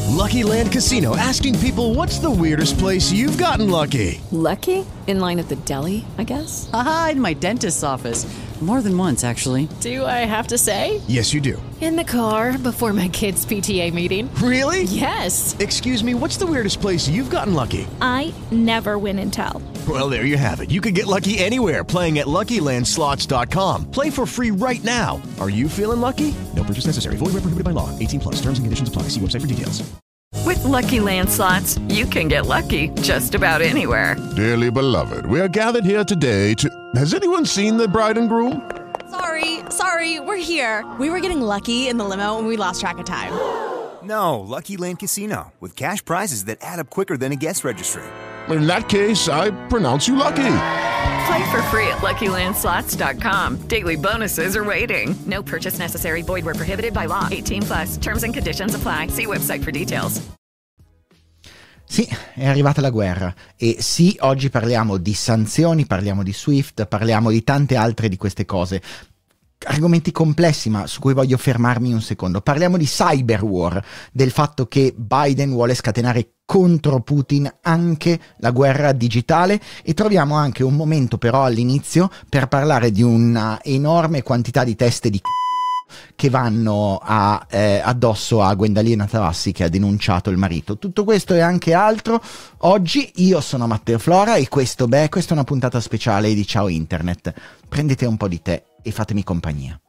Lucky Land Casino, asking people, what's the weirdest place you've gotten lucky? Lucky? In line at the deli, I guess? Aha, in my dentist's office. More than once, actually. Do I have to say? Yes, you do. In the car before my kids' PTA meeting. Really? Yes. Excuse me, what's the weirdest place you've gotten lucky? I never win and tell. Well, there you have it. You can get lucky anywhere, playing at LuckyLandSlots.com. Play for free right now. Are you feeling lucky? No purchase necessary. Void where prohibited by law. 18 plus. Terms and conditions apply. See website for details. With Lucky Land Slots, you can get lucky just about anywhere. Dearly beloved, we are gathered here today to... Has anyone seen the bride and groom? Sorry, we're here. We were getting lucky in the limo and we lost track of time. No, Lucky Land Casino, with cash prizes that add up quicker than a guest registry. In that case, I pronounce you lucky. Play for free at LuckyLandSlots.com. Daily bonuses are waiting. No purchase necessary. Void where prohibited by law. 18 plus. Terms and conditions apply. See website for details. Sì, è arrivata la guerra e sì, oggi parliamo di sanzioni, parliamo di SWIFT, parliamo di tante altre di queste cose. Argomenti complessi, ma su cui voglio fermarmi un secondo. Parliamo di cyber war, del fatto che Biden vuole scatenare contro Putin anche la guerra digitale, e troviamo anche un momento però all'inizio per parlare di una enorme quantità di teste di che vanno addosso a Gwendalina Tavassi, che ha denunciato il marito. Tutto questo e anche altro oggi. Io sono Matteo Flora e questa è una puntata speciale di Ciao Internet. Prendete un po' di tè e fatemi compagnia.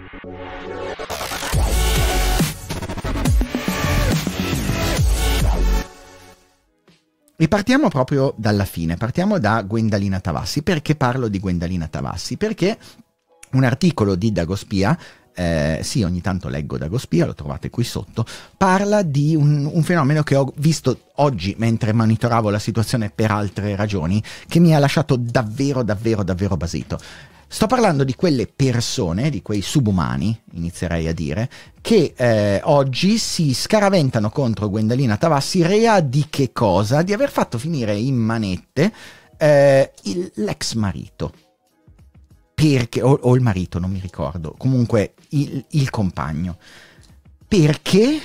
E partiamo proprio dalla fine, partiamo da Gwendalina Tavassi. Perché parlo di Gwendalina Tavassi? Perché un articolo di Dagospia, sì, ogni tanto leggo Dagospia, lo trovate qui sotto, parla di un fenomeno che ho visto oggi mentre monitoravo la situazione per altre ragioni, che mi ha lasciato davvero basito. Sto parlando di quelle persone, di quei subumani, inizierei a dire, che oggi si scaraventano contro Gwendalina Tavassi, rea di che cosa? Di aver fatto finire in manette l'ex marito. Perché, o il marito, non mi ricordo, comunque il compagno. Perché?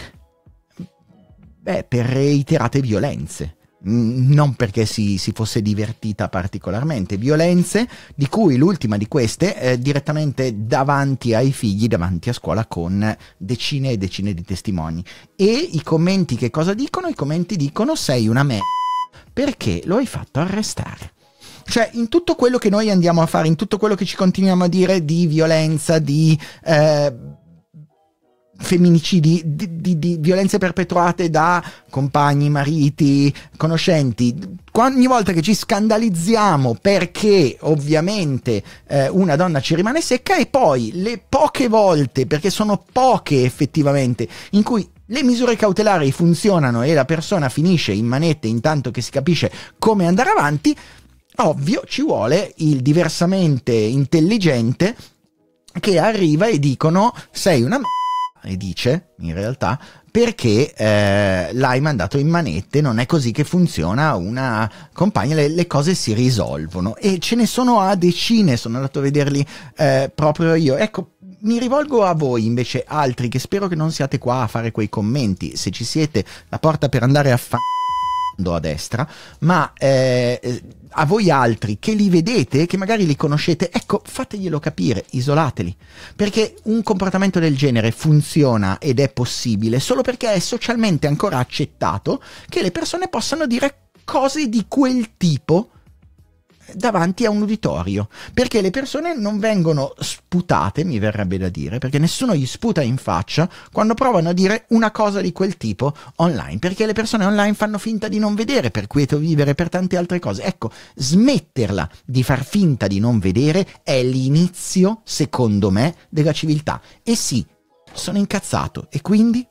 Per reiterate violenze. Non perché si fosse divertita particolarmente, violenze di cui l'ultima di queste direttamente davanti ai figli, davanti a scuola, con decine e decine di testimoni. E i commenti che cosa dicono? I commenti dicono: sei una perché lo hai fatto arrestare. Cioè, in tutto quello che noi andiamo a fare, in tutto quello che ci continuiamo a dire di violenza, di femminicidi, di violenze perpetuate da compagni, mariti, conoscenti, ogni volta che ci scandalizziamo perché ovviamente una donna ci rimane secca, e poi le poche volte, perché sono poche effettivamente, in cui le misure cautelari funzionano e la persona finisce in manette intanto che si capisce come andare avanti, ovvio ci vuole il diversamente intelligente che arriva e dicono: sei una e dice in realtà perché l'hai mandato in manette, non è così che funziona una compagna, le cose si risolvono, e ce ne sono a decine, sono andato a vederli proprio io. Ecco, mi rivolgo a voi invece, altri, che spero che non siate qua a fare quei commenti. Se ci siete, la porta per andare a a destra, ma a voi altri che li vedete, che magari li conoscete, ecco, fateglielo capire, isolateli, perché un comportamento del genere funziona ed è possibile solo perché è socialmente ancora accettato che le persone possano dire cose di quel tipo davanti a un uditorio, perché le persone non vengono sputate, mi verrebbe da dire, perché nessuno gli sputa in faccia quando provano a dire una cosa di quel tipo online, perché le persone online fanno finta di non vedere, per quieto vivere, per tante altre cose. Ecco, smetterla di far finta di non vedere è l'inizio, secondo me, della civiltà. E sì, sono incazzato, e quindi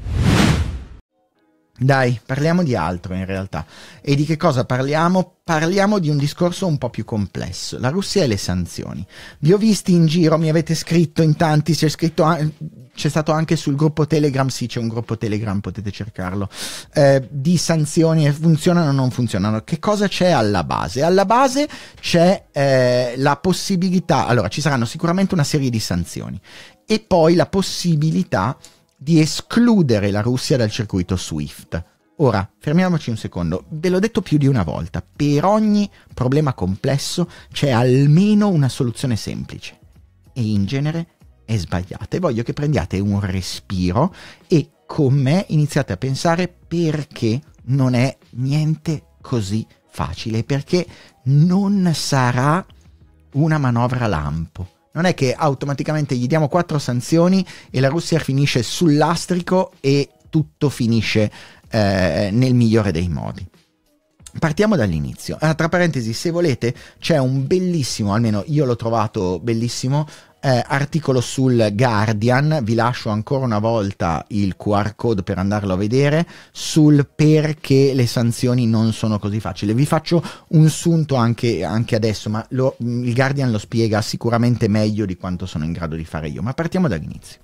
dai, parliamo di altro in realtà. E di che cosa parliamo? Parliamo di un discorso un po' più complesso: la Russia e le sanzioni. Vi ho visti in giro, mi avete scritto in tanti, c'è stato anche sul gruppo Telegram, sì, c'è un gruppo Telegram, potete cercarlo, di sanzioni, e funzionano o non funzionano. Che cosa c'è alla base? Alla base c'è la possibilità, allora ci saranno sicuramente una serie di sanzioni, e poi la possibilità di escludere la Russia dal circuito SWIFT. Ora, fermiamoci un secondo, ve l'ho detto più di una volta, per ogni problema complesso c'è almeno una soluzione semplice e in genere è sbagliata, e voglio che prendiate un respiro e con me iniziate a pensare perché non è niente così facile, perché non sarà una manovra lampo. Non è che automaticamente gli diamo 4 sanzioni e la Russia finisce sul lastrico e tutto finisce nel migliore dei modi. Partiamo dall'inizio. Tra parentesi, se volete, c'è un bellissimo, almeno io l'ho trovato bellissimo, articolo sul Guardian, vi lascio ancora una volta il QR code per andarlo a vedere, sul perché le sanzioni non sono così facili. Vi faccio un sunto anche adesso, ma il Guardian lo spiega sicuramente meglio di quanto sono in grado di fare io, ma partiamo dall'inizio.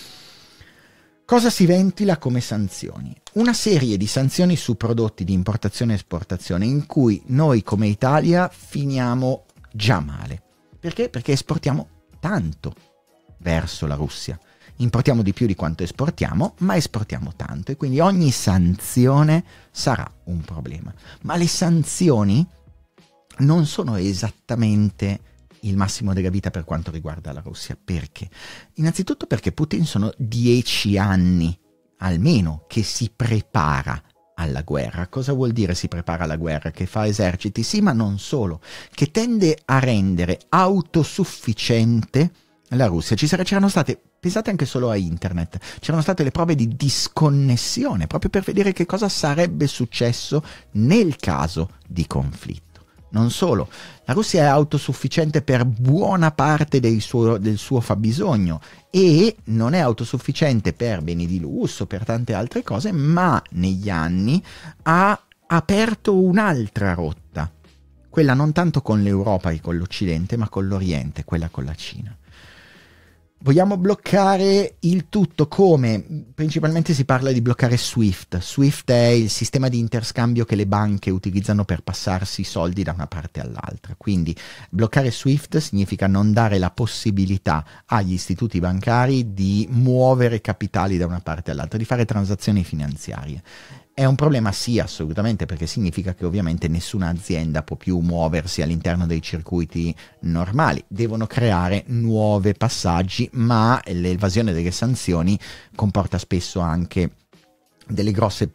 Cosa si ventila come sanzioni? Una serie di sanzioni su prodotti di importazione e esportazione in cui noi come Italia finiamo già male. Perché? Perché esportiamo tanto verso la Russia. Importiamo di più di quanto esportiamo, ma esportiamo tanto e quindi ogni sanzione sarà un problema. Ma le sanzioni non sono esattamente il massimo della vita per quanto riguarda la Russia. Perché? Innanzitutto perché Putin sono 10 anni almeno che si prepara alla guerra. Cosa vuol dire si prepara alla guerra? Che fa eserciti? Sì, ma non solo, che tende a rendere autosufficiente la Russia. C'erano state, pensate anche solo a internet, c'erano state le prove di disconnessione proprio per vedere che cosa sarebbe successo nel caso di conflitto. Non solo, la Russia è autosufficiente per buona parte del suo fabbisogno e non è autosufficiente per beni di lusso, per tante altre cose, ma negli anni ha aperto un'altra rotta, quella non tanto con l'Europa e con l'Occidente, ma con l'Oriente, quella con la Cina. Vogliamo bloccare il tutto come? Principalmente si parla di bloccare SWIFT. SWIFT è il sistema di interscambio che le banche utilizzano per passarsi i soldi da una parte all'altra. Quindi bloccare SWIFT significa non dare la possibilità agli istituti bancari di muovere capitali da una parte all'altra, di fare transazioni finanziarie. È un problema, sì, assolutamente, perché significa che ovviamente nessuna azienda può più muoversi all'interno dei circuiti normali, devono creare nuovi passaggi, ma l'evasione delle sanzioni comporta spesso anche delle grosse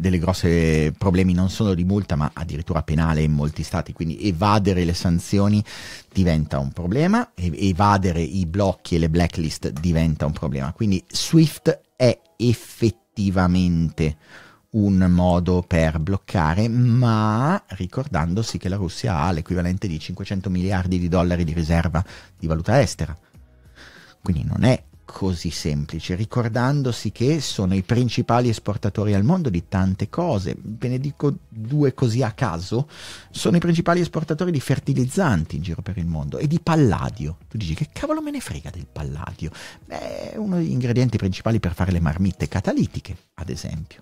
problemi non solo di multa ma addirittura penale in molti stati, quindi evadere le sanzioni diventa un problema, evadere i blocchi e le blacklist diventa un problema, quindi SWIFT è effettivamente un modo per bloccare, ma ricordandosi che la Russia ha l'equivalente di 500 miliardi di dollari di riserva di valuta estera. Quindi non è così semplice, ricordandosi che sono i principali esportatori al mondo di tante cose. Ve ne dico 2 così a caso: sono i principali esportatori di fertilizzanti in giro per il mondo e di palladio. Tu dici, che cavolo me ne frega del palladio? È uno degli ingredienti principali per fare le marmitte catalitiche, ad esempio.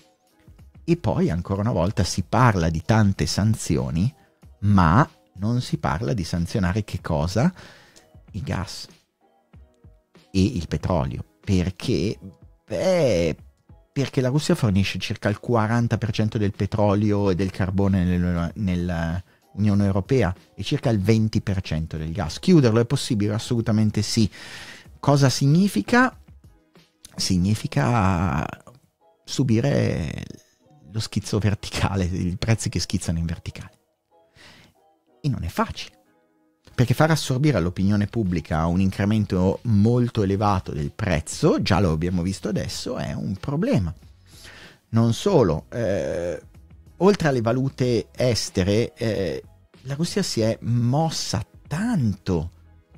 E poi ancora una volta si parla di tante sanzioni, ma non si parla di sanzionare che cosa? Il gas e il petrolio. Perché? Perché la Russia fornisce circa il 40% del petrolio e del carbone nell'Unione Europea e circa il 20% del gas. Chiuderlo è possibile? Assolutamente sì. Cosa significa? Significa subire lo schizzo verticale, i prezzi che schizzano in verticale. E non è facile, perché far assorbire all'opinione pubblica un incremento molto elevato del prezzo, già lo abbiamo visto adesso, è un problema. Non solo, oltre alle valute estere, la Russia si è mossa tanto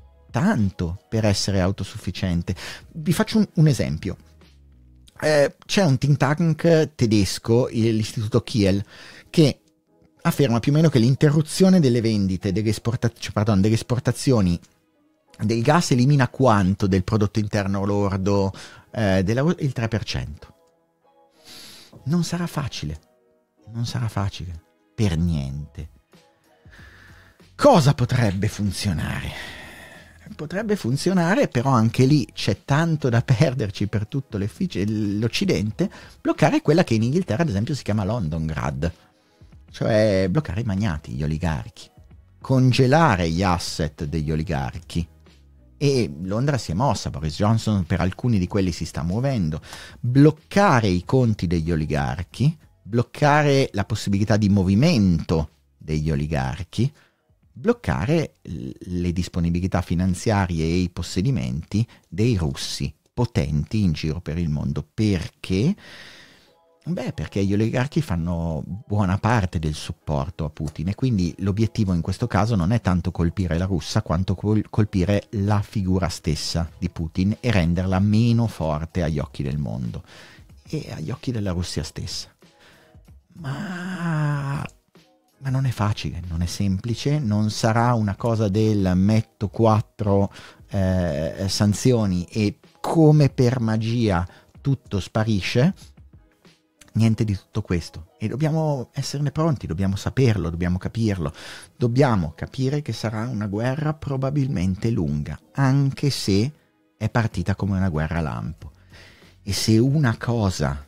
per essere autosufficiente. Vi faccio un esempio. C'è un think tank tedesco, l'istituto Kiel, che afferma più o meno che l'interruzione delle vendite, delle esportazioni del gas elimina quanto del prodotto interno lordo il 3%. Non sarà facile per niente. Cosa potrebbe funzionare? potrebbe funzionare, però anche lì c'è tanto da perderci per tutto l'Occidente. Bloccare quella che in Inghilterra ad esempio si chiama Londongrad, cioè bloccare i magnati, gli oligarchi, congelare gli asset degli oligarchi. E Londra si è mossa, Boris Johnson per alcuni di quelli si sta muovendo. Bloccare i conti degli oligarchi, bloccare la possibilità di movimento degli oligarchi, bloccare le disponibilità finanziarie e i possedimenti dei russi potenti in giro per il mondo. Perché? Perché gli oligarchi fanno buona parte del supporto a Putin, e quindi l'obiettivo in questo caso non è tanto colpire la Russia quanto colpire la figura stessa di Putin e renderla meno forte agli occhi del mondo e agli occhi della Russia stessa. Ma non è facile, non è semplice, non sarà una cosa del metto 4 sanzioni e come per magia tutto sparisce. Niente di tutto questo, e dobbiamo esserne pronti, dobbiamo saperlo, dobbiamo capirlo, dobbiamo capire che sarà una guerra probabilmente lunga, anche se è partita come una guerra lampo. E se una cosa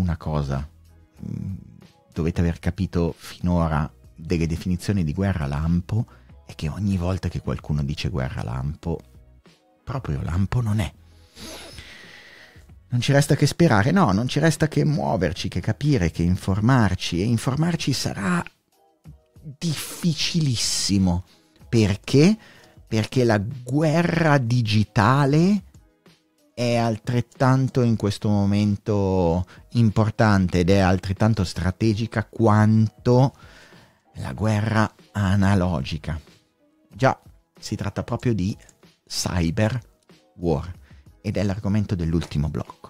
dovete aver capito finora delle definizioni di guerra lampo, è che ogni volta che qualcuno dice guerra lampo, proprio lampo non è. Non ci resta che sperare, no, non ci resta che muoverci, che capire, che informarci, e informarci sarà difficilissimo. Perché? Perché la guerra digitale è altrettanto in questo momento importante ed è altrettanto strategica quanto la guerra analogica. Già, si tratta proprio di cyber war. Ed è l'argomento dell'ultimo blocco.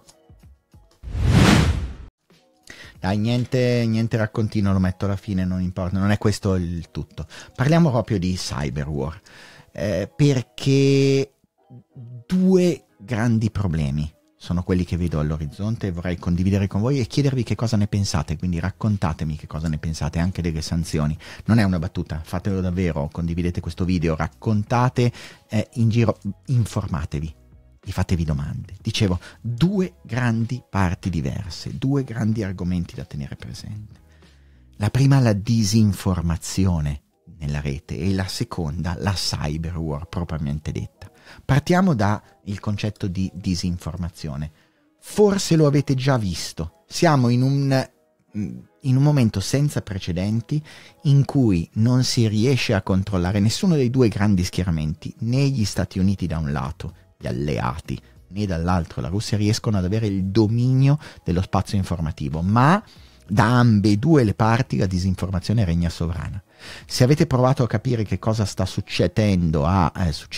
Dai, niente raccontino, lo metto alla fine, non importa, non è questo il tutto. Parliamo proprio di cyber war, perché due grandi problemi sono quelli che vedo all'orizzonte e vorrei condividere con voi e chiedervi che cosa ne pensate, quindi raccontatemi che cosa ne pensate anche delle sanzioni. Non è una battuta, fatelo davvero, condividete questo video, raccontate in giro, informatevi. E fatevi domande. Dicevo, due grandi parti diverse, due grandi argomenti da tenere presente. La prima, la disinformazione nella rete, e la seconda, la cyber war propriamente detta. Partiamo dal concetto di disinformazione. Forse lo avete già visto. Siamo in un momento senza precedenti in cui non si riesce a controllare nessuno dei due grandi schieramenti, né gli Stati Uniti da un lato, gli alleati, né dall'altro la Russia, riescono ad avere il dominio dello spazio informativo, ma da ambedue le parti la disinformazione regna sovrana. Se avete provato a capire che cosa sta succedendo a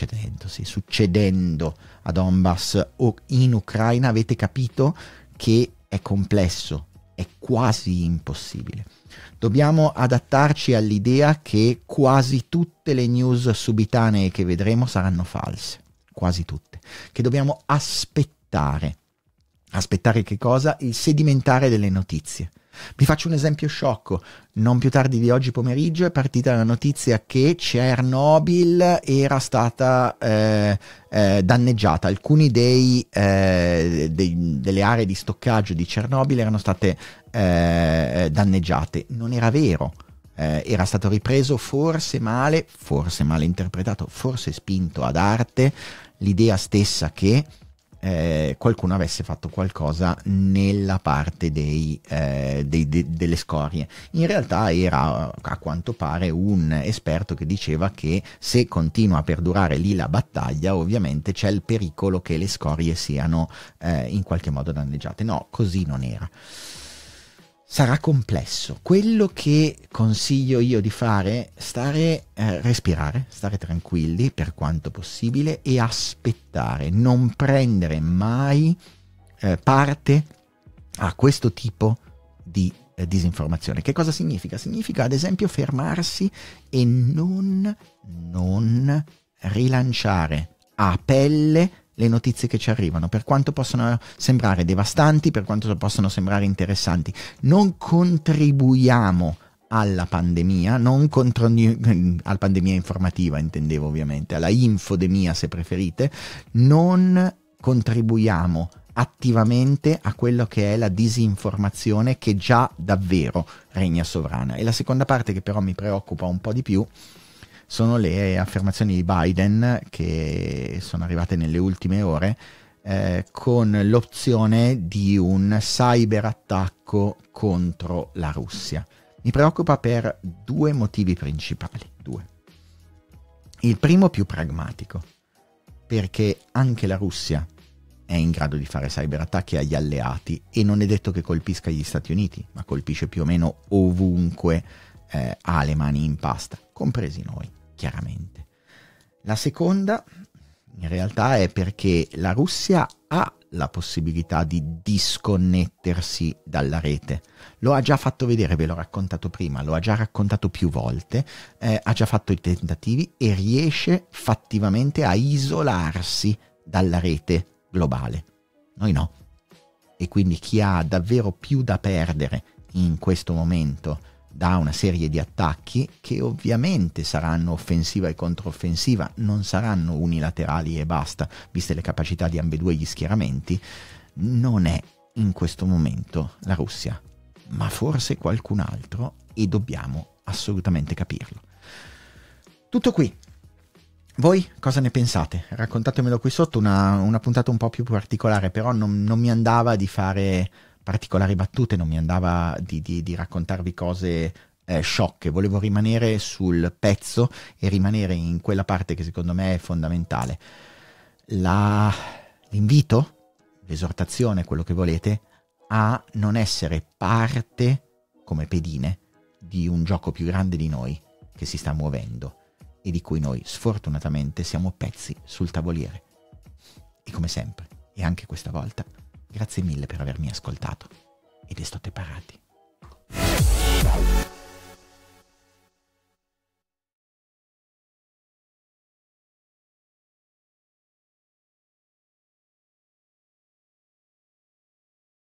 Donbass o in Ucraina, avete capito che è complesso, è quasi impossibile. Dobbiamo adattarci all'idea che quasi tutte le news subitanee che vedremo saranno false. Quasi tutte, che dobbiamo aspettare che cosa? Il sedimentare delle notizie. Vi faccio un esempio sciocco. Non più tardi di oggi pomeriggio è partita la notizia che Chernobyl era stata danneggiata. Alcuni delle aree di stoccaggio di Chernobyl erano state danneggiate. Non era vero. Era stato ripreso forse male interpretato, forse spinto ad arte, l'idea stessa che qualcuno avesse fatto qualcosa nella parte delle scorie. In realtà era, a quanto pare, un esperto che diceva che se continua a perdurare lì la battaglia, ovviamente c'è il pericolo che le scorie siano in qualche modo danneggiate. No, così non era. Sarà complesso. Quello che consiglio io di fare è respirare, stare tranquilli per quanto possibile e aspettare, non prendere mai parte a questo tipo di disinformazione. Che cosa significa? Significa ad esempio fermarsi e non rilanciare a pelle le notizie che ci arrivano, per quanto possono sembrare devastanti, per quanto possono sembrare interessanti. Non contribuiamo alla pandemia, non contro alla pandemia informativa intendevo ovviamente, alla infodemia se preferite, non contribuiamo attivamente a quello che è la disinformazione che già davvero regna sovrana. E la seconda parte che però mi preoccupa un po' di più sono le affermazioni di Biden che sono arrivate nelle ultime ore con l'opzione di un cyberattacco contro la Russia. Mi preoccupa per due motivi principali. Il primo più pragmatico, perché anche la Russia è in grado di fare cyberattacchi agli alleati e non è detto che colpisca gli Stati Uniti, ma colpisce più o meno ovunque ha le mani in pasta, compresi noi, chiaramente. La seconda, in realtà, è perché la Russia ha la possibilità di disconnettersi dalla rete. Lo ha già fatto vedere, ve l'ho raccontato prima, lo ha già raccontato più volte, ha già fatto i tentativi e riesce fattivamente a isolarsi dalla rete globale. Noi no. E quindi chi ha davvero più da perdere in questo momento da una serie di attacchi, che ovviamente saranno offensiva e controffensiva, non saranno unilaterali e basta, viste le capacità di ambedue gli schieramenti, non è in questo momento la Russia, ma forse qualcun altro, e dobbiamo assolutamente capirlo. Tutto qui. Voi cosa ne pensate? Raccontatemelo qui sotto, una puntata un po' più particolare, però non mi andava di fare particolari battute, non mi andava di raccontarvi cose sciocche, volevo rimanere sul pezzo e rimanere in quella parte che secondo me è fondamentale. L'invito, l'esortazione, quello che volete, a non essere parte, come pedine, di un gioco più grande di noi che si sta muovendo e di cui noi sfortunatamente siamo pezzi sul tavoliere. E come sempre, e anche questa volta, grazie mille per avermi ascoltato ed estate parati.